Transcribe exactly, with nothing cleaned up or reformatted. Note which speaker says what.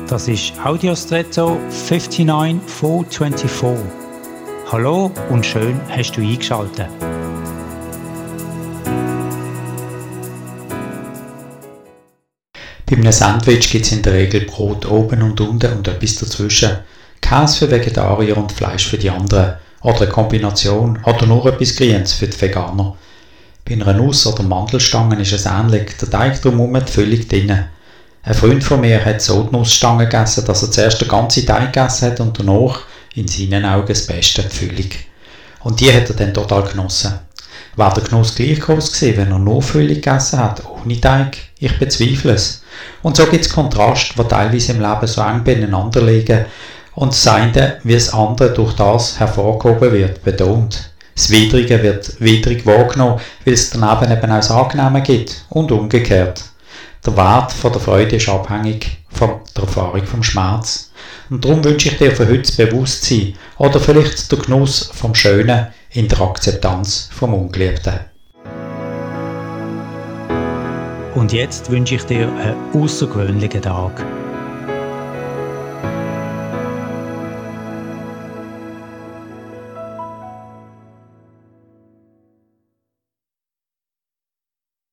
Speaker 1: Das ist Audiostretto neunundfünfzig vierhundertvierundzwanzig. Hallo und schön hast du eingeschaltet.
Speaker 2: Bei einem Sandwich gibt es in der Regel Brot oben und unten und etwas dazwischen. Käse für Vegetarier und Fleisch für die anderen. Oder eine Kombination oder nur etwas Grünes für die Veganer. Bei einer Nuss- oder Mandelstange ist es ähnlich. Der Teig drumherum die Füllung drin. Ein Freund von mir hat so die Nussstange gegessen, dass er zuerst den ganzen Teig gegessen hat und danach in seinen Augen das Beste, die Füllung. Und die hat er dann total genossen. Wäre der Genuss gleich groß gewesen, wenn er nur Füllung gegessen hat, ohne Teig? Ich bezweifle es. Und so gibt es Kontraste, die teilweise im Leben so eng beieinander liegen und das eine wie das andere durch das hervorgehoben wird, betont. Das Widrige wird widrig wahrgenommen, weil es daneben eben auch das Angenehme gibt und umgekehrt. Der Wert von der Freude ist abhängig von der Erfahrung vom Schmerz. Und darum wünsche ich dir für heute das Bewusstsein oder vielleicht der Genuss vom Schönen in der Akzeptanz vom Ungeliebten.
Speaker 1: Und jetzt wünsche ich dir einen außergewöhnlichen Tag.